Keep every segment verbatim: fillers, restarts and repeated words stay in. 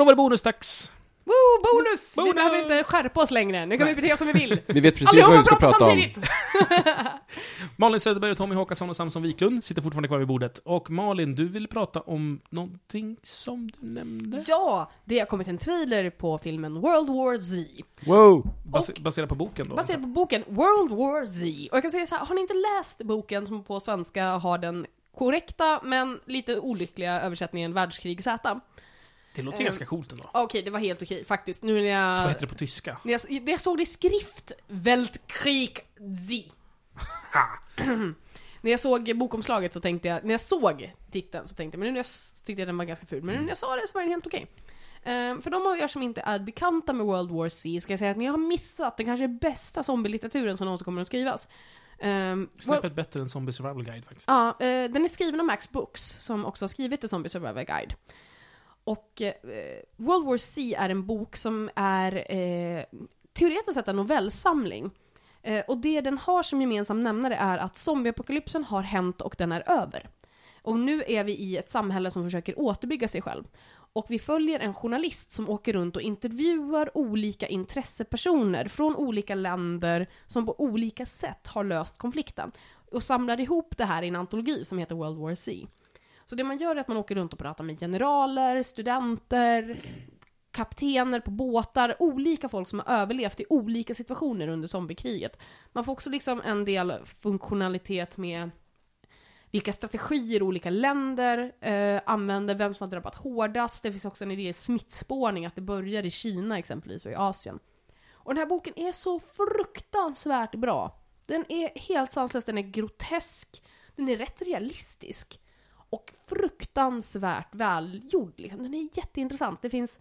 då var det bonusdags. Woo, bonus! bonus! Vi behöver inte skärpa oss längre. Nu kan Nej. vi bete oss som vi vill. Vi vet precis vad vi ska prata om. Malin Söderberg och Tommy Håkansson och Samson Wiklund sitter fortfarande kvar vid bordet. Och Malin, du vill prata om någonting som du nämnde? Ja, det har kommit en trailer på filmen World War Z. Wow! Bas- baserad på boken då? Baserad på boken World War Z. Och jag kan säga så här, har ni inte läst boken som på svenska har den korrekta men lite olyckliga översättningen Världskrig Z? Det låter um, ganska coolt ändå. Okej, okay, det var helt okej faktiskt. Nu när jag... Vad heter det på tyska? När jag, när jag såg det i skrift, Weltkrieg Z. När jag såg bokomslaget så tänkte jag, när jag såg titeln så tänkte jag, men nu när jag tyckte jag den var ganska ful. Men nu när jag sa det så var den helt okej. Um, för de av er som inte är bekanta med World War Z ska jag säga att ni har missat den kanske bästa zombielitteraturen som någonsin kommer att skrivas. Um, Snäppet well, bättre än Zombie Survival Guide faktiskt. Ja, uh, den är skriven av Max Brooks som också har skrivit The Zombie Survival Guide. Och eh, World War Z är en bok som är eh, teoretiskt sett en novellsamling. Eh, och det den har som gemensam nämnare är att zombieapokalypsen har hänt och den är över. Och nu är vi i ett samhälle som försöker återbygga sig själv. Och vi följer en journalist som åker runt och intervjuar olika intressepersoner från olika länder som på olika sätt har löst konflikten. Och samlar ihop det här i en antologi som heter World War Z. Så det man gör är att man åker runt och pratar med generaler, studenter, kaptener på båtar, olika folk som har överlevt i olika situationer under zombiekriget. Man får också liksom en del funktionalitet med vilka strategier olika länder eh, använder, vem som har drabbat hårdast. Det finns också en idé i smittspårning, att det börjar i Kina exempelvis och i Asien. Och den här boken är så fruktansvärt bra. Den är helt sanslös, den är grotesk, den är rätt realistisk. Och fruktansvärt välgjord. Liksom. Den är jätteintressant. Det finns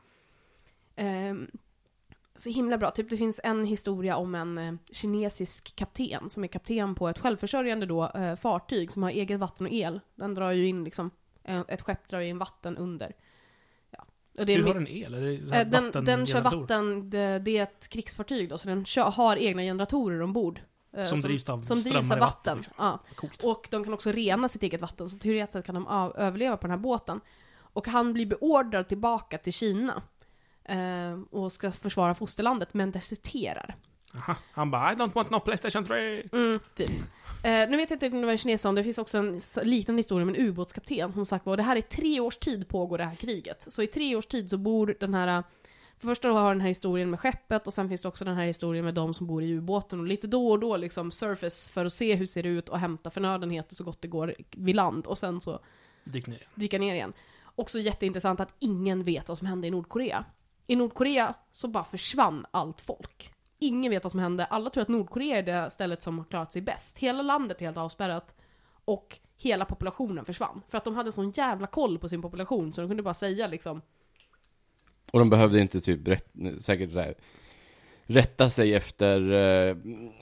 eh, så himla bra. Typ det finns en historia om en eh, kinesisk kapten som är kapten på ett självförsörjande då, eh, fartyg som har eget vatten och el. Den drar ju in liksom, eh, ett skepp drar ju in vatten under. Ja. Och det är Hur med, har den el? Är det så här eh, den, vatten den kör generator? vatten, det, det är ett krigsfartyg då, så den kör, har egna generatorer ombord. Som, som drivs av som strömmar drivs av vatten. Liksom. Ja. Coolt. Och de kan också rena sitt eget vatten. Så teoretiskt sett kan de av- överleva på den här båten. Och han blir beordrad tillbaka till Kina. Eh, och ska försvara fosterlandet. Men deserterar. Aha. Han bara, I don't want no PlayStation tre. Mm, typ. Eh, nu vet jag inte om det var en kines om. Det finns också en liknande historia med en ubåtskapten. Som sagt var, det här är tre års tid pågår det här kriget. Så i tre års tid så bor den här... För först har den här historien med skeppet och sen finns det också den här historien med de som bor i ubåten och lite då och då liksom surface för att se hur det ser ut och hämta förnödenheter så gott det går vid land och sen så Dyk ner. dyka ner igen. Också jätteintressant att ingen vet vad som hände i Nordkorea. I Nordkorea så bara försvann allt folk. Ingen vet vad som hände. Alla tror att Nordkorea är det stället som har klarat sig bäst. Hela landet är helt avspärrat och hela populationen försvann. För att de hade sån jävla koll på sin population så de kunde bara säga liksom. Och de behövde inte typ rätt, säkert där, rätta sig efter eh,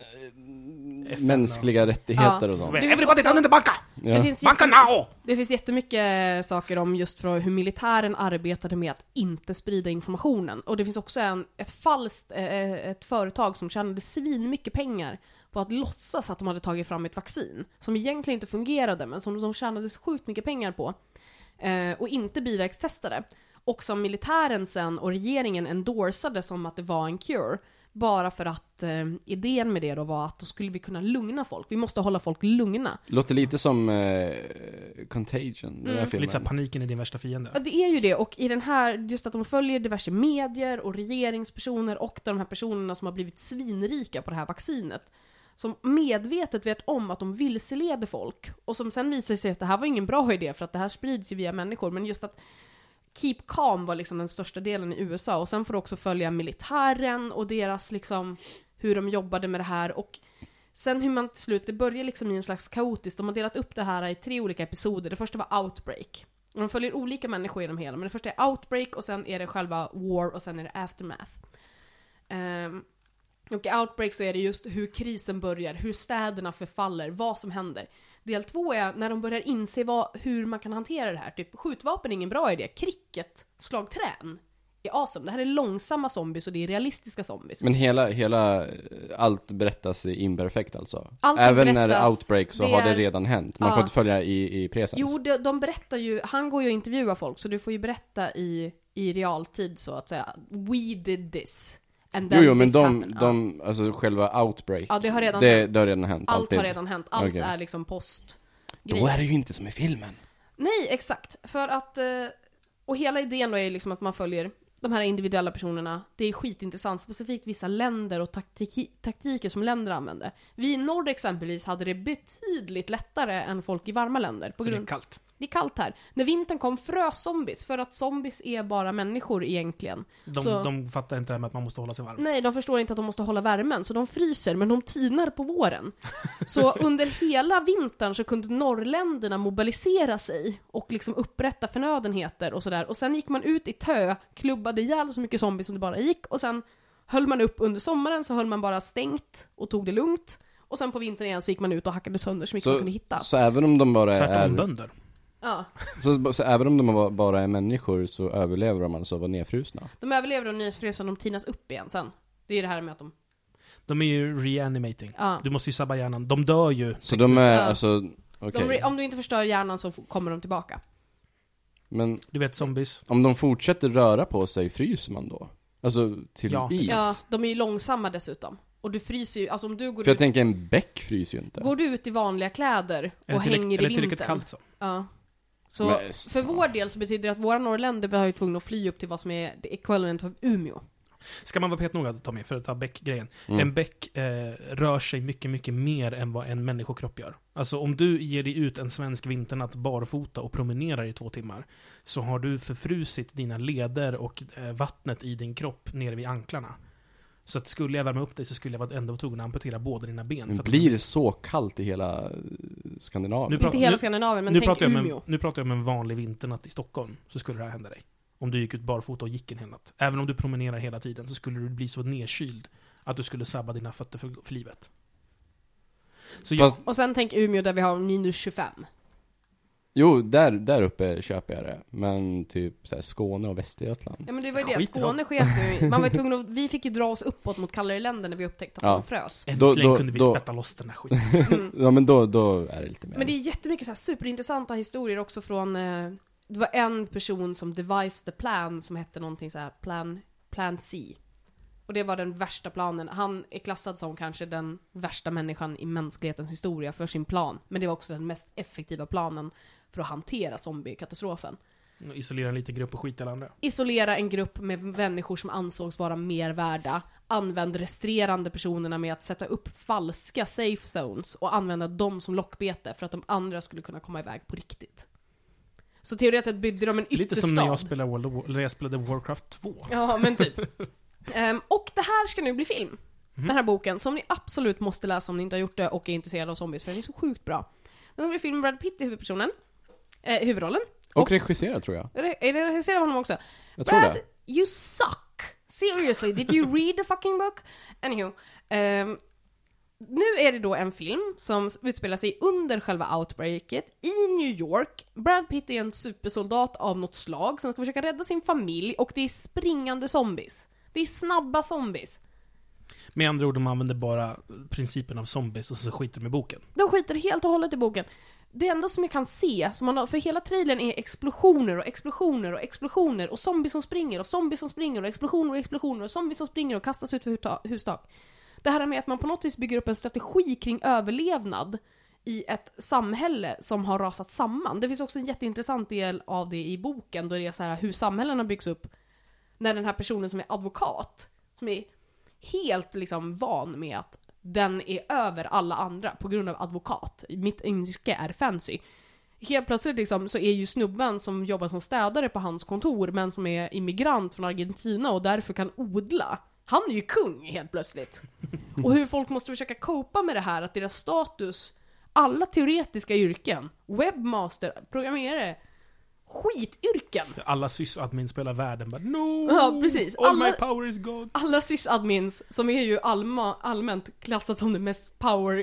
mänskliga rättigheter ja. och sånt. Everybody down in the banka! Ja. Det finns banka now! Det finns jättemycket saker om just för hur militären arbetade med att inte sprida informationen. Och det finns också en, ett falskt eh, ett företag som tjänade svin mycket pengar på att låtsas att de hade tagit fram ett vaccin som egentligen inte fungerade men som de tjänade sjukt mycket pengar på eh, och inte biverkstestade. Och som militären sen och regeringen endorsade som att det var en cure. Bara för att eh, idén med det då var att då skulle vi kunna lugna folk. Vi måste hålla folk lugna. Låter lite som eh, Contagion. Den här Mm. filmen. Lite så här paniken i din värsta fiende. Ja, det är ju det. Och i den här, just att de följer diverse medier och regeringspersoner och de här personerna som har blivit svinrika på det här vaccinet. Som medvetet vet om att de vilseleder folk. Och som sen visar sig att det här var ingen bra idé för att det här sprids ju via människor. Men just att keep calm var liksom den största delen i U S A. Och sen får du också följa militären och deras liksom hur de jobbade med det här. Och sen hur man till slut, det börjar liksom i en slags kaotiskt. De har delat upp det här i tre olika episoder. Det första var Outbreak. Och de följer olika människor genom hela. Men det första är Outbreak och sen är det själva War och sen är det Aftermath. Um, och i Outbreak så är det just hur krisen börjar, hur städerna förfaller, vad som händer. Del två är när de börjar inse vad, hur man kan hantera det här. Typ skjutvapen är ingen bra idé. Cricket, slagträn är awesome. Det här är långsamma zombies och det är realistiska zombies. Men hela, hela allt berättas i imperfekt alltså. Allt Även berättas, när det är outbreak så det har det är, redan hänt. Man ja. får inte följa i, i presens. Jo, de, de berättar ju, han går ju och intervjuar folk så du får ju berätta i, i realtid så att säga. We did this. And then Jo, jo men this de, happened. de ja. alltså själva outbreak. Ja, det har redan det, hänt. det har redan hänt. Allt alltid. har redan hänt. Allt Okej. är liksom post. Då är det ju inte som i filmen. Nej, exakt. För att, eh, och hela idén då är liksom att man följer de här individuella personerna. Det är skitintressant, specifikt vissa länder och taktik- taktiker som länder använder. Vi i norr exempelvis hade det betydligt lättare än folk i varma länder. På För det är grund... kallt. Det är kallt här. När vintern kom frös zombies, för att zombies är bara människor egentligen. De, Så- de fattar inte det här med att man måste hålla sig varm. Nej, de förstår inte att de måste hålla värmen, så de fryser, men de tinar på våren. Så under hela vintern så kunde norrländerna mobilisera sig och liksom upprätta förnödenheter och sådär. Och sen gick man ut i tö, klubbade ihjäl så mycket zombies som det bara gick, och sen höll man upp under sommaren, så höll man bara stängt och tog det lugnt. Och sen på vintern igen så gick man ut och hackade sönder så mycket man Så, kunde hitta. så även om de bara Tvärtom är bönder. Ja. så, så även om de bara är människor så överlever de alltså att vara nedfrusna. De överlever och nyhetsfrys och de tinas upp igen sen. Det är det här med att de... De är ju reanimating. Ja. Du måste ju sabba hjärnan. De dör ju. Så de är Ja. alltså okej. de om du inte förstör hjärnan så f- kommer de tillbaka. Men Du vet zombies. om de fortsätter röra på sig, fryser man då? Alltså till Ja. is? Ja, de är ju långsamma dessutom. Och du fryser ju, alltså om du går För jag ut, tänker en bäck fryser ju inte. går du ut i vanliga kläder Är och det tillräck- hänger är i det tillräckligt vintern. kallt så? Ja. Så Men, för vår del så betyder det att våra norrländer var ju tvungna att fly upp till vad som är the equivalent av Umeå. Ska man vara petnoga att ta med för att ta bäck-grejen. Mm. En bäck eh, rör sig mycket, mycket mer än vad en människokropp gör. Alltså om du ger dig ut en svensk vinternatt barfota och promenerar i två timmar, så har du förfrusit dina leder och eh, vattnet i din kropp nere vid anklarna. Så att skulle jag värma upp dig så skulle jag vara ändå tvungen att amputera båda dina ben. Men för att blir det så kallt i hela eh, Skandinavien? Nu Inte pratar- hela nu- Skandinavien, men nu, tänk pratar jag om Umeå. en, nu pratar jag om en vanlig vinternatt i Stockholm, så skulle det här hända dig. Om du gick ut barfota och gick en hel natt. Även om du promenerar hela tiden så skulle du bli så nedkyld att du skulle sabba dina fötter för, för livet. Så jag, Fast, Och sen tänk Umeå där vi har minus tjugofem. jo, där, där uppe köper jag det. Men typ så här, Skåne och Västergötland. Ja men det var ju det, Skit i Skåne sket ju. Man var tvungen att, vi fick ju dra oss uppåt mot kallare länder när vi upptäckte att Ja. de frös. äntligen då- då- kunde vi då- spätta loss den här skiten. Mm. Ja, men då, då är det lite mer. Men det är jättemycket så här superintressanta historier också från, eh, det var en person som devised the plan som hette någonting så här plan, plan C. Och det var den värsta planen. Han är klassad som kanske den värsta människan i mänsklighetens historia för sin plan. Men det var också den mest effektiva planen för att hantera zombiekatastrofen. Isolera en liten grupp och skita alla andra. Isolera en grupp med människor som ansågs vara mer värda. Använd resterande personerna med att sätta upp falska safe zones och använda dem som lockbete för att de andra skulle kunna komma iväg på riktigt. Så teoretiskt sett byggde de en Lite ytterstad. som när jag spelade, World of War, eller jag spelade Warcraft två. Ja, men typ. Ehm, och det här ska nu bli film. Den här boken, som ni absolut måste läsa om ni inte har gjort det och är intresserade av zombies, för den är så sjukt bra. Den ska bli film med Brad Pitt i huvudpersonen. Eh, huvudrollen. Och regisserad tror jag. Är det, är det regisserad av honom också? Jag tror Brad, det. you suck! Seriously, did you read the fucking book? Anywho. ehm, nu är det då en film som utspelar sig under själva outbreaket i New York. Brad Pitt är en supersoldat av något slag som ska försöka rädda sin familj, och det är springande zombies. Det är snabba zombies. Med andra ord, de använder bara principen av zombies och så skiter de i boken. De skiter helt och hållet i boken. Det enda som jag kan se, som man har, för hela trailern är explosioner och explosioner och explosioner och zombies som springer och zombies som springer och explosioner och explosioner och zombies som springer och kastas ut för huta- hustak. Det här med att man på något vis bygger upp en strategi kring överlevnad i ett samhälle som har rasat samman. Det finns också en jätteintressant del av det i boken, då det är så här hur samhällena byggs upp när den här personen som är advokat, som är helt liksom van med att den är över alla andra på grund av advokat. Mitt yrke är fancy. Helt plötsligt liksom så är ju snubben som jobbar som städare på hans kontor, men som är immigrant från Argentina och därför kan odla. Han är ju kung helt plötsligt. Och hur folk måste försöka copa med det här, att deras status, alla teoretiska yrken, webbmaster, programmerare, skityrken. Alla sysadmin spelar världen bara no! Ja, precis. All Alla- my power is gone. Alla sysadmins, som är ju allma, allmänt klassat som den mest power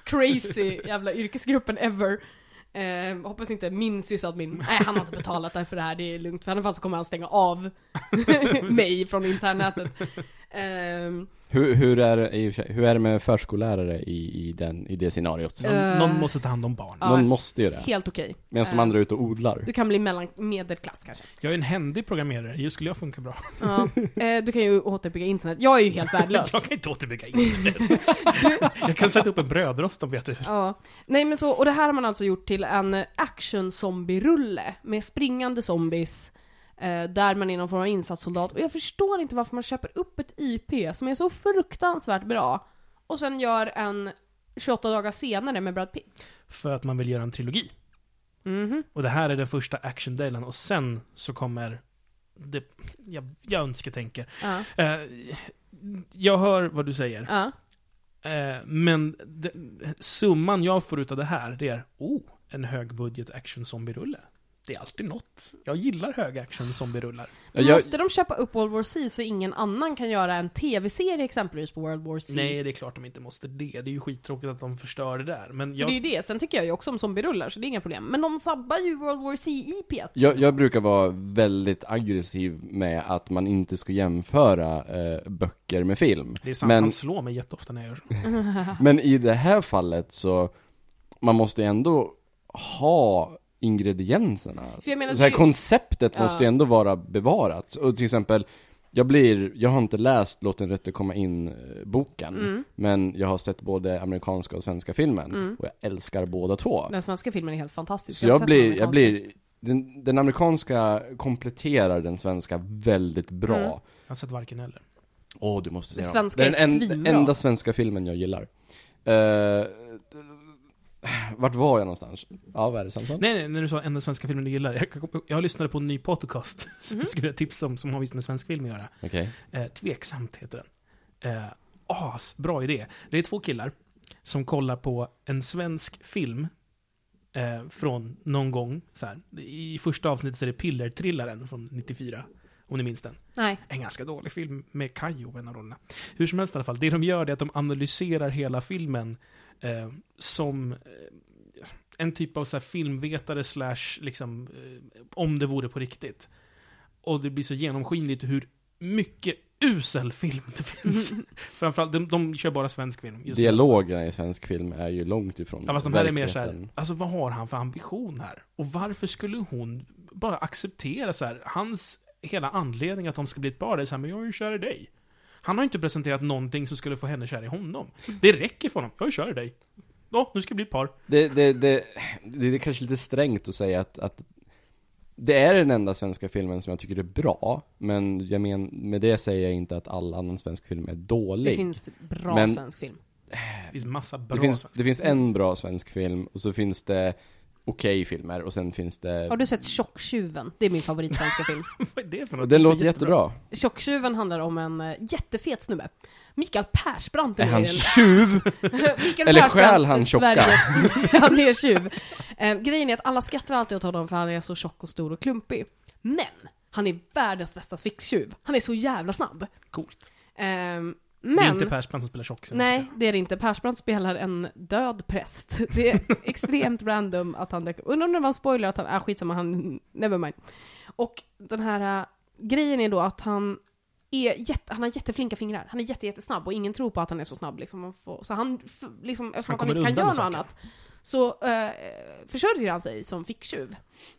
crazy jävla yrkesgruppen ever. Eh, hoppas inte min sysadmin, nej han har inte betalat därför det här, det är lugnt, för annars så kommer han stänga av mig från internetet. Eh, Hur, hur, är, det, i och för sig- hur är det med förskollärare i, i, den, i det scenariot? Någon, Eh. någon måste ta hand om barn. Ja. Någon måste ju det. Helt okej. Medan de Eh. andra är ute och odlar. Du kan bli mellan medelklass kanske. Jag är en händig programmerare, just skulle jag funka bra. Ja. Eh, du kan ju återbygga internet. Jag är ju helt värdelös. Jag kan inte återbygga internet. Jag kan sätta upp en brödrost om vet du. Ja. Nej men så, och det här har man alltså gjort till en action-zombie-rulle med springande zombies eh, där man är någon form av insatssoldat. Och jag förstår inte varför man köper upp ett I P som är så fruktansvärt bra och sen gör en tjugoåtta dagar senare med Brad Pitt. För att man vill göra en trilogi. Mhm. Och det här är den första actiondelen och sen så kommer det, jag, jag önsketänker. Ja. Eh, jag hör vad du säger. Ja. Eh, men det, summan jag får ut av det här, det är oh, en högbudget action-zombie-rulle. Det är alltid något. Jag gillar hög action-zombie-rullar. Ja, jag, Måste de köpa upp World War C så ingen annan kan göra en tv-serie exempelvis på World War C? Nej, det är klart de inte måste det. Det är ju skittråkigt att de förstör det där. Men För jag, det är ju det. Sen tycker jag ju också om zombie-rullar så det är inga problem. Men de sabbar ju World War C-I P. jag, jag brukar vara väldigt aggressiv med att man inte ska jämföra eh, böcker med film. det är sant, Men, han slår mig jätteofta när jag gör så. men i det här fallet så man måste ju ändå ha ingredienserna. För jag menar, så här, det är ju- konceptet Ja. måste ju ändå vara bevarat. Och till exempel, jag blir, jag har inte läst Låt den rätte komma in eh, boken, Mm. men jag har sett både amerikanska och svenska filmen Mm. och jag älskar båda två. Den svenska filmen är helt fantastisk. Så har jag sett den blir, jag amerikanska. blir den, den amerikanska kompletterar den svenska väldigt bra. Mm. Jag har sett varken eller. Åh, du måste säga Den dem. svenska Den är en, svinbra. enda svenska filmen jag gillar. Uh, vart var jag någonstans? Ja, vad är det, Samson? Nej, nej, när du sa enda svenska filmen du gillar. Jag, jag lyssnade på en ny podcast som Mhm. jag skulle vilja tipsa om, som har just med svensk film att göra. Okej. Eh, tveksamt heter den. Eh, as, bra idé. Det är två killar som kollar på en svensk film eh, från någon gång. Så här. I första avsnittet så är det Pillertrillaren från nittiofyra. Om ni minns den. Nej. En ganska dålig film med Kajo på en av rollerna. Hur som helst i alla fall. Det de gör är att de analyserar hela filmen eh, som eh, en typ av så här filmvetare slash liksom, eh, om det vore på riktigt. Och det blir så genomskinligt hur mycket usel film det finns. Framförallt, de, de kör bara svensk film. Just nu. Dialogerna i svensk film är ju långt ifrån Ja, fast de här är mer så här, verkligheten. alltså vad har han för ambition här? Och varför skulle hon bara acceptera så här, hans hela anledning att de ska bli ett par, det är så här, men jag är ju kär i dig. Han har inte presenterat någonting som skulle få henne kär i honom. Det räcker för honom, jag är kär i dig. Ja, nu ska vi bli ett par. Det, det, det, det är kanske lite strängt att säga att, att det är den enda svenska filmen som jag tycker är bra. Men jag men, med det säger jag inte att all annan svensk film är dålig. Det finns bra Men- svensk film. Det finns massa bra det, finns, svenska. det finns en bra svensk film och så finns det okej filmer och sen finns det... Har du sett Tjocktjuven? Det är min favorit svenska film. Vad är det för något? Och den låter jättebra. Tjocktjuven handlar om en uh, jättefet snubbe. Mikael Persbrandt Är han med i den. tjuv? Mikael Eller Persbrandt, stjäl han tjocka? Sveriges- han är tjuv. Eh, grejen är att alla skrattar alltid åt honom för han är så tjock och stor och klumpig. Men han är världens bästa ficktjuv. Han är så jävla snabb. Coolt. Eh, Det är men... inte Persbrandt som spelar tjock. Nej, det är det inte. Persbrandt spelar en död präst. Det är extremt random att han dök. Undrar om det var en spoiler att han är ah, skitsamma, han... Never mind. Och den här uh, grejen är då att han är jätte, han har jätteflinka fingrar. Han är jätte, jättesnabb och ingen tror på att han är så snabb. Liksom. Man får, så han, f- liksom, eftersom Han att han kommer inte kan undan göra med något saker. annat så uh, försörjer han sig som ficktjuv.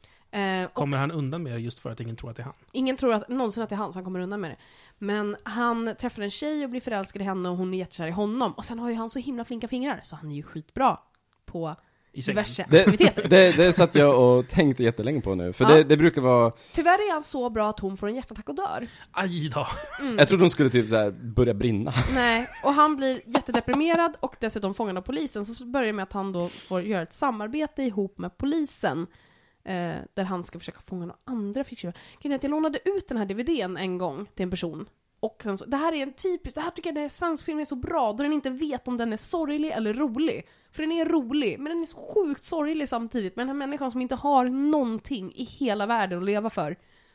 Uh, och Kommer han undan med det just för att ingen tror att det är han? ingen tror att, någonsin att det är han som kommer undan med det. Men han träffar en tjej och blir förälskad i henne och hon är jättekär i honom. Och sen har ju han så himla flinka fingrar så han är ju skitbra på I sängen. diverse Det, aktiviteter. det, det satt jag och tänkte jättelänge på nu. För Ja. det, det brukar vara... Tyvärr är han så bra att hon får en hjärtattack och dör. Aj då. Mm. Jag trodde de skulle typ så här börja brinna. Nej, och han blir jättedeprimerad och dessutom fångad av polisen. Så börjar det med att han då får göra ett samarbete ihop med polisen. Eh, där han ska försöka fånga några andra ficktjuvar. Grejen är att jag lånade ut den här D V D:n en gång till en person. Och sen så, det här är en typisk, det här tycker jag den här svensk film är så bra då den inte vet om den är sorglig eller rolig. För den är rolig, men den är så sjukt sorglig samtidigt. Med den här människan som inte har någonting i hela världen att leva för.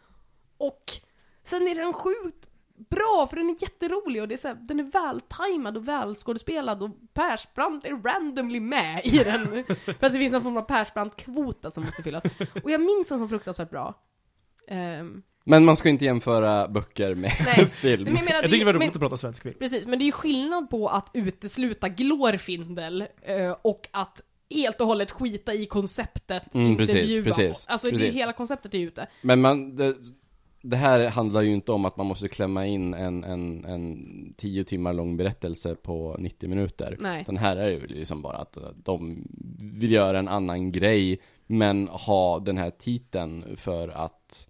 Och sen är den sjukt bra, för den är jätterolig och det är så här, den är vältajmad och välskådespelad och Persbrandt är randomly med i den. För att det finns någon form av Persbrandt-kvota som måste fyllas. Och jag minns den som fruktansvärt bra. Um, Men man ska inte jämföra böcker med Nej. film. Men jag, menar, Jag tycker det var roligt men, att prata svensk film. Precis, men det är ju skillnad på att utesluta Glorfindel eh, och att helt och hållet skita i konceptet, Mm, precis, intervjua precis, folk. Alltså precis. Det, hela konceptet är ute. Men man, det, det här handlar ju inte om att man måste klämma in en, en, en tio timmar lång berättelse på nittio minuter. Nej. Den här är ju liksom bara att de vill göra en annan grej, men ha den här titeln för att...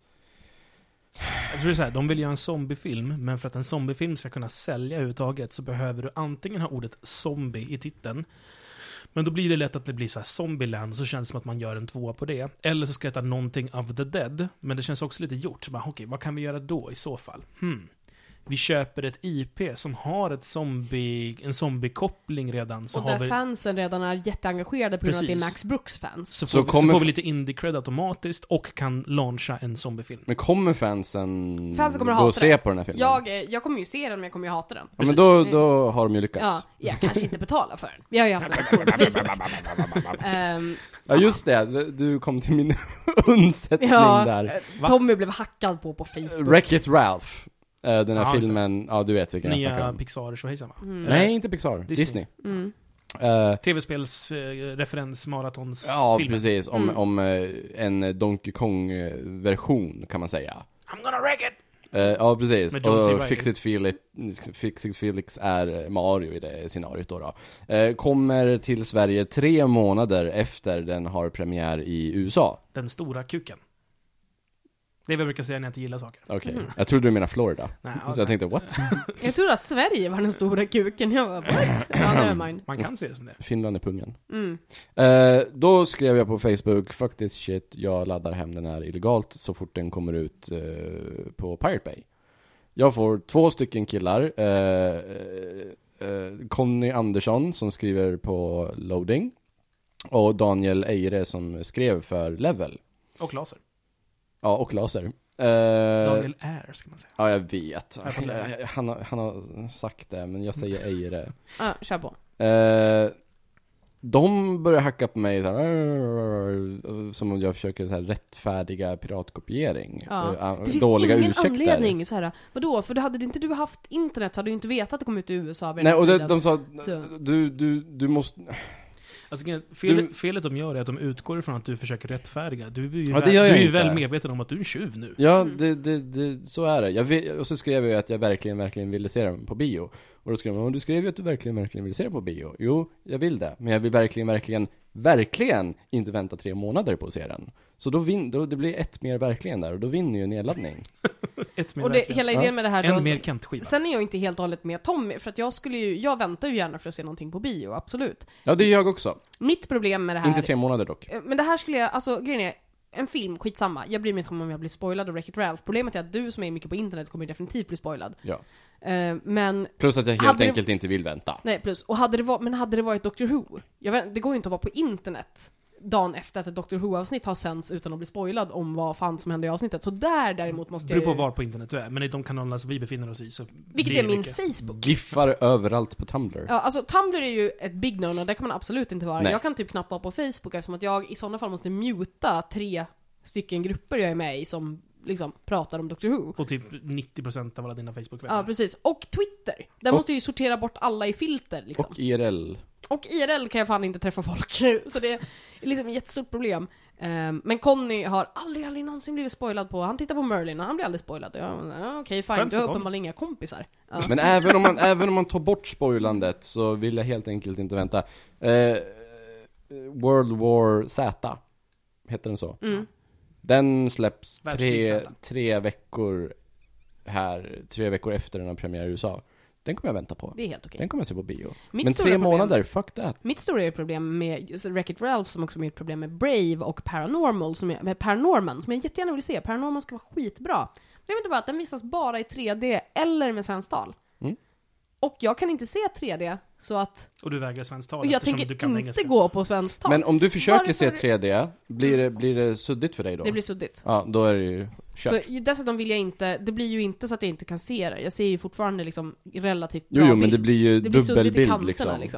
Jag tror det är så här, de vill göra en zombiefilm, men för att en zombiefilm ska kunna sälja överhuvudtaget så behöver du antingen ha ordet zombie i titeln, men då blir det lätt att det blir så här Zombieland, och så känns det som att man gör en tvåa på det. Eller så ska det heta någonting of the dead, men det känns också lite gjort. Så bara, okej, vad kan vi göra då i så fall? Hmm. Vi köper ett I P som har ett zombie, en zombie-koppling redan. Så Och har där vi, fansen redan är jätteengagerade på grund av att det är Precis. Max Brooks-fans. så, Så får, vi, kommer så får f- vi lite indie-cred automatiskt och kan launcha en zombiefilm. Men kommer fansen, Fansen kommer att gå och hata se det. på den här filmen? Jag, eh, jag kommer ju se den, men jag kommer ju hata den. Ja, men då, då har de ju lyckats. Ja, jag kanske inte betalar för den. Vi har ju haft den på Facebook. Ehm, Ja, just det. Du kom till min undsättning ja, där. eh, Tommy blev hackad på på Facebook. Wreck-It Ralph. Eh, Den här Ja, just filmen, ja du vet vilken jag snackar Nya om. Pixar så hejsan va? Mm. Nej, inte Pixar. Disney. Disney. Mm. Eh, Tv-spels eh, referens maratons ja, filmen. precis. Om, Mm. om eh, en Donkey Kong-version kan man säga. I'm gonna wreck it! Eh, ja, precis. Med John C. Och Reilly. Fix-It Felix, Fix-It Felix är Mario i det scenariot då. då. Eh, kommer till Sverige tre månader efter den har premiär i U S A. Den stora kuken. Det är vad jag brukar säga när jag inte gillar saker. Okej. Mm. Jag trodde du menade Florida. Nej, Så jag tänkte, what? Jag trodde att Sverige var den stora kuken. Jag var what? Ja, nevermind. Man kan se det som det. Finland är pungen. Mm. Eh, då skrev jag på Facebook, faktiskt shit, jag laddar hem den här illegalt så fort den kommer ut eh, på Pirate Bay. Jag får två stycken killar. Eh, eh, Conny Andersson som skriver på Loading. Och Daniel Eire som skrev för Level. Och laser. Ja, och Laser. Eh, Daniel Air ska man säga. Ja, jag vet. Jag får lära. Jag- Han har, han har sagt det, men jag säger Eire. Ja, kör på. Eh, de börjar hacka på mig så här, som om jag försöker så här rättfärdiga piratkopiering. Ja. Eh, Det finns dåliga ingen ursäkter. anledning så här. Vadå? För hade inte du haft internet så hade du inte vetat att det kom ut i U S A vid den Nej, här och de, tiden. de sa, Så. du, du, du måste... Alltså, felet, Du- felet de gör är att de utgår ifrån att du försöker rättfärdiga. Du är ju, Ja, det väl, gör du jag är ju inte. väl medveten om att du är en tjuv nu. Ja, Mm. det, det, det, så är det. Jag vet, och så skrev jag att jag verkligen, verkligen ville se den på bio. Och då skrev man, du skrev ju att du verkligen, verkligen vill se den på bio. Jo, jag vill det. Men jag vill verkligen, verkligen, verkligen inte vänta tre månader på att se den. Så då, vin, då det blir ett mer verkligen där. Och då vinner ju nedladdning. Ett mer Och det, verkligen. hela idén Ja. med det här En då, mer Kent-skiva. sen är jag inte helt och hållet med Tommy, för att jag skulle ju, jag väntar ju gärna för att se någonting på bio, absolut. Ja, det gör jag också. Mitt problem med det här... Inte tre månader dock. Eh, Men det här skulle jag, alltså grejen är, en film, skitsamma. Jag bryr mig inte om jag blir spoilad av Wreck-It Ralph. Problemet är att du som är mycket på internet kommer definitivt bli spoilad. Ja. Eh, men, Plus att jag helt Hade det- enkelt inte vill vänta. nej plus, och hade det varit, men hade det varit Doctor Who? Jag vet, det går ju inte att vara på internet dagen efter att ett Doctor Who-avsnitt har sänds utan att bli spoilad om vad fan som hände i avsnittet. Så där däremot måste jag Beror på ju... var på internet du är. Men i de kanalerna som vi befinner oss i så Vilket blir är det min mycket. Facebook. Giffar överallt på Tumblr. Ja, alltså Tumblr är ju ett big no, och det kan man absolut inte vara. Nej. Jag kan typ knappt vara på Facebook eftersom att jag i sådana fall måste muta tre stycken grupper jag är med i som liksom pratar om Doctor Who. Och typ nittio procent av alla dina Facebook-vänner. Ja, precis. Och Twitter. Där Och- måste jag ju sortera bort alla i filter liksom. Och I R L. Och I R L kan jag fan inte träffa folk. Så det är liksom ett jättestort problem. Um, men Conny har aldrig, aldrig någonsin blivit spoilad på. Han tittar på Merlin och han blir aldrig spoilad. Ja, ja, okej, fine. Skönt Du för har Conny. uppenbarligen inga kompisar. Ja. Men även om, man, även om man tar bort spoilandet så vill jag helt enkelt inte vänta. Eh, World War Z. Heter den så? Mm. Den släpps Världskrig tre, Z. tre veckor här, tre veckor efter den har premiär i U S A. Den kommer jag vänta på. Det är helt okej. Den kommer jag se på bio. Mitt Men stora tre problem- månader, fuck that. Mitt stora problem med Wreck-It Ralph, som också är ett problem med Brave och Paranormal, som är, med Paranorman, som jag jättegärna vill se. Paranorman ska vara skitbra. Det är inte bara att den visas bara i tre D eller med svenskt tal. Mm. Och jag kan inte se tre D, så att... Och du vägrar svenskt tal Och jag eftersom tänker du kan inte engelska. gå på svenskt tal. Men om du försöker Varför- se tre D, blir det, blir det suddigt för dig då? Det blir suddigt. Ja, då är det ju Så kört. dessutom vill jag inte, det blir ju inte så att jag inte kan se det. Jag ser ju fortfarande liksom relativt Jo, bra jo, men bild. det blir ju Det blir suddigt i dubbelbild kanterna liksom. liksom.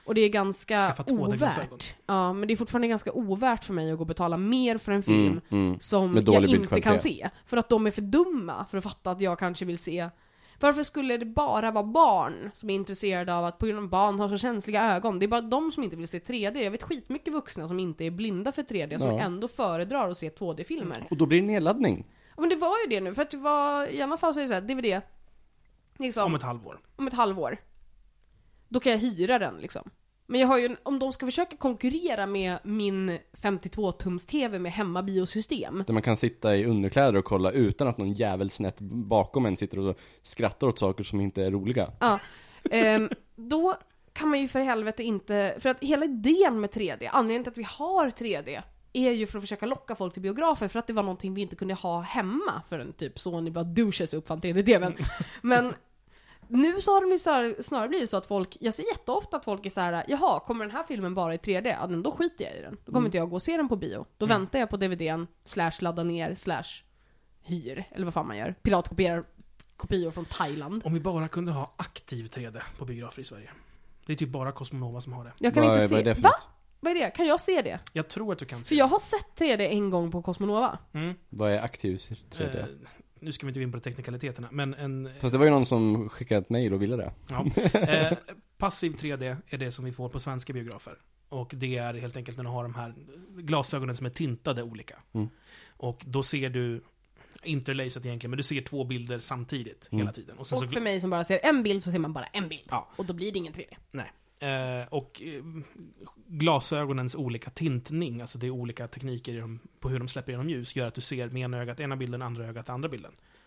Och det är ganska Skaffa två D-glasögon. ovärt. Ja, men det är fortfarande ganska ovärt för mig att gå och betala mer för en film Mm, mm. som Med jag dålig inte bildkvalitet. kan se. För att de är för dumma för att fatta att jag kanske vill se. Varför skulle det bara vara barn som är intresserade av att på grund av barn har så känsliga ögon? Det är bara de som inte vill se tre D. Jag vet skitmycket vuxna som inte är blinda för tre D som Ja. ändå föredrar att se två D-filmer. Och då blir det nedladdning. Ja, men det var ju det nu, för att det var, i alla fall så är det så här, D V D liksom, Om ett halvår. om ett halvår. Då kan jag hyra den liksom. Men jag har ju, om de ska försöka konkurrera med min femtiotvå-tums-T V med hemmabiosystem. Där man kan sitta i underkläder och kolla utan att någon jävel snett bakom en sitter och skrattar åt saker som inte är roliga. Ja, ehm, då kan man ju för helvete inte, för att hela idén med tre D, anledningen till att vi har tre D är ju för att försöka locka folk till biografer, för att det var någonting vi inte kunde ha hemma för en typ Sony bara douches uppfann tre D-T V:n. Men nu så har de ju snarare blivit så att folk, jag ser jätteofta att folk är så här: jaha, kommer den här filmen bara i tre D? Ja, men då skiter jag i den. Då kommer Mm. inte jag gå och se den på bio. Då Mm. väntar jag på D V D:n, slash ladda ner, slash hyr, eller vad fan man gör. Piratkopierar kopior från Thailand. Om vi bara kunde ha aktiv tre D på biografer i Sverige. Det är typ bara Cosmonova som har det. Jag kan Vad inte är- se. vad är det för Va? något? Vad är det? Kan jag se det? Jag tror att du kan se För jag har sett tre D en gång på Cosmonova. Mm. Vad är aktiv tre D? Eh, nu ska vi inte gå in på teknikaliteterna, men en... Fast det var ju någon som skickade ett mejl och ville det. Ja. Eh, passiv tre D är det som vi får på svenska biografer. Och det är helt enkelt när du har de här glasögonen som är tintade olika. Mm. Och då ser du, interlacet egentligen, men du ser två bilder samtidigt Mm. hela tiden. Och sen Och så, för mig som bara ser en bild så ser man bara en bild. Ja. Och då blir det ingen tre D. eh, och eh, glasögonens olika tintning, alltså det är olika tekniker i dem, på hur de släpper igenom ljus, gör att du ser med ena ögat ena bilden, andra ögat andra bilden.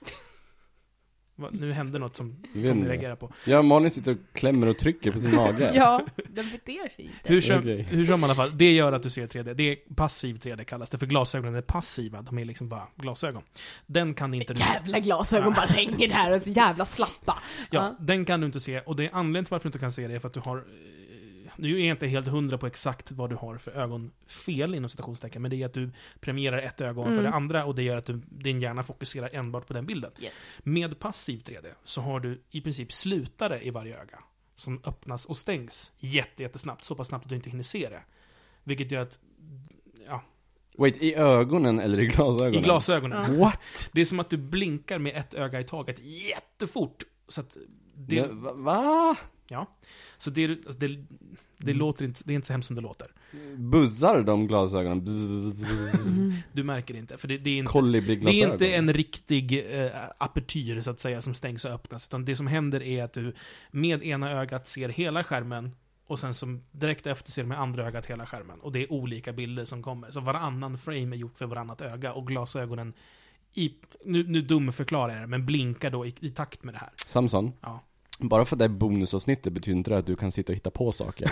Va, nu händer något som Jag vet Tommy inte. reagerar på. Ja, Malin sitter och klämmer och trycker på sin mage. Ja, den beter sig inte. Hur som, Okej. hur som i alla fall, det gör att du ser tre D. Det är passiv tre D kallas det, för glasögonen är passiva. De är liksom bara glasögon. Den kan inte du se. Jävla glasögon bara hänger där och är så jävla slappa. Ja, den kan du inte se. Och det är anledningen till varför du inte kan se det är för att du har... eh, Nu är jag inte helt hundra på exakt vad du har för ögonfel inom citationstecken, men det är att du premierar ett ögon Mm. för det andra, och det gör att du, din hjärna fokuserar enbart på den bilden. Yes. Med passiv tre D så har du i princip slutare i varje öga som öppnas och stängs jätte, jättesnabbt, så pass snabbt att du inte hinner se det. Vilket gör att, ja, Wait, i ögonen eller i glasögonen? i glasögonen. Ja. What? Det är som att du blinkar med ett öga i taget jättefort. Så att det, Det, va? va? ja. Så det, alltså det, det Mm. låter inte, det är inte så hemskt som det låter. Buzzar de glasögonen? Bzzz. Du märker inte, för det, det är inte... Det Kolibri-glasögon. är inte en riktig eh, apertyr så att säga som stängs och öppnas, utan det som händer är att du med ena ögat ser hela skärmen och sen som direkt efter ser du med andra ögat hela skärmen, och det är olika bilder som kommer. Så varannan frame är gjort för varannat öga, och glasögonen i, nu, nu dumförklarar jag det, men blinkar då i, i takt med det här. Samson, Ja. bara för att det är bonusavsnittet betyder inte det att du kan sitta och hitta på saker.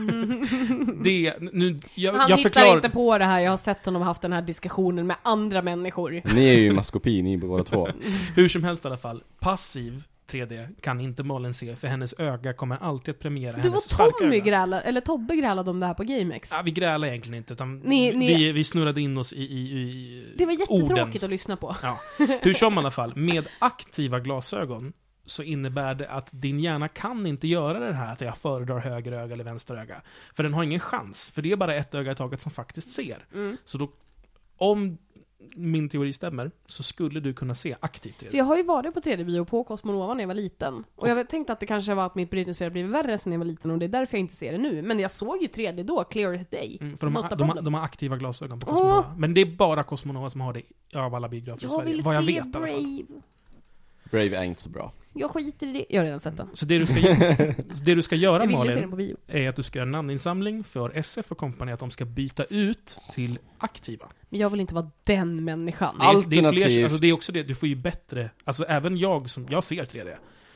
Det, nu, jag, Han jag hittar förklarar... inte på det här. Jag har sett honom haft den här diskussionen med andra människor. Ni är ju i maskopi, ni är båda två. Hur som helst i alla fall, passiv tre D kan inte Malin se, för hennes öga kommer alltid att premiera Du hennes och starka Tommy öga. grälade, eller Tobbe grälade om det här på GameX. Ja, vi grälar egentligen inte, utan Ni- ni- vi, vi snurrade in oss i, i, i Det var jättetråkigt orden. att lyssna på. Ja. Hur som i alla fall, med aktiva glasögon så innebär det att din hjärna kan inte göra det här att jag föredrar höger öga eller vänster öga. För den har ingen chans, för det är bara ett öga i taget som faktiskt ser. Mm. Så då, om min teori stämmer, så skulle du kunna se aktivt För tre D. jag har ju varit på tre D-bio på Cosmonova när jag var liten. Och jag tänkte att det kanske var att mitt brytningsfel blivit värre sen jag var liten, och det är därför jag inte ser det nu. Men jag såg ju tre D då, clear as day. Mm, för de Not har, a de, har, problem. de har aktiva glasögon på Åh! Cosmonova. Men det är bara Cosmonova som har det av alla biografer i Jag Sverige. vill Vad jag se vet i alla fall. Brave. Brave är inte så bra. Jag skiter i det. Jag har redan sett den. Så det du ska, så det du ska göra, Jag ville se Malin, den på bio. är att du ska göra namninsamling för S F och kompani att de ska byta ut till aktiva. Men jag vill inte vara den människan. Det är, det är fler, Alternativt. alltså det är också det, du får ju bättre, alltså även jag som, jag ser tre D.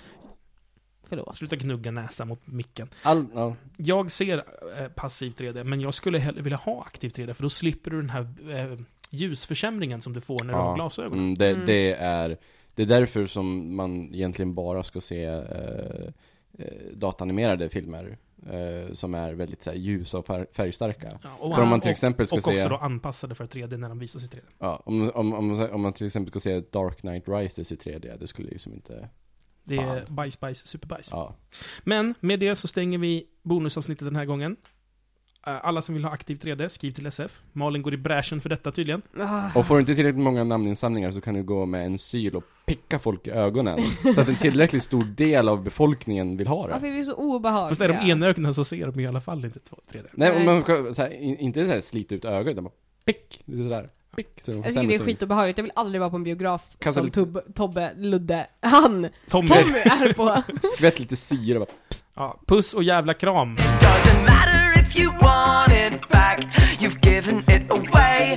Förlåt. Sluta gnugga näsa mot micken. All, ja. Jag ser eh, passiv tre D, men jag skulle hellre vilja ha aktiv tre D, för då slipper du den här eh, ljusförsämringen som du får när du har glasögonen. Mm, det, Mm. det är det är därför som man egentligen bara ska se eh, eh, datanimerade filmer eh, som är väldigt så här, ljus och fär, färgstarka. Ja, och, För om man till och, exempel ska och också se då anpassade för tre D när de visas i tre D. ja, om, om, om, om man till exempel ska se Dark Knight Rises i tre D, det skulle liksom inte Det är Fan. bajs, bajs, superbajs. Ja. Men med det så stänger vi bonusavsnittet den här gången. Alla som vill ha aktiv tre D, skriv till S F. Malin går i bräschen för detta tydligen. Ah. Och får du inte tillräckligt många namninsamlingar så kan du gå med en syl och picka folk i ögonen. Så att en tillräckligt stor del av befolkningen vill ha det. Varför är vi så obehagliga? Fast är de enögna så ser de i alla fall inte tre D. Nej, Nej. man ska så här, in, inte så här slita ut ögonen, utan bara pick, det är sådär. Pick, så de Jag tycker det är som- skitobehagligt. Jag vill aldrig vara på en biograf Kasta som lite- Tub, Tobbe, Ludde, han, Tommy. Tommy är på. Skvätt lite syra bara. Ja, puss och jävla kram. Doesn't matter if you want it back, you've given it away.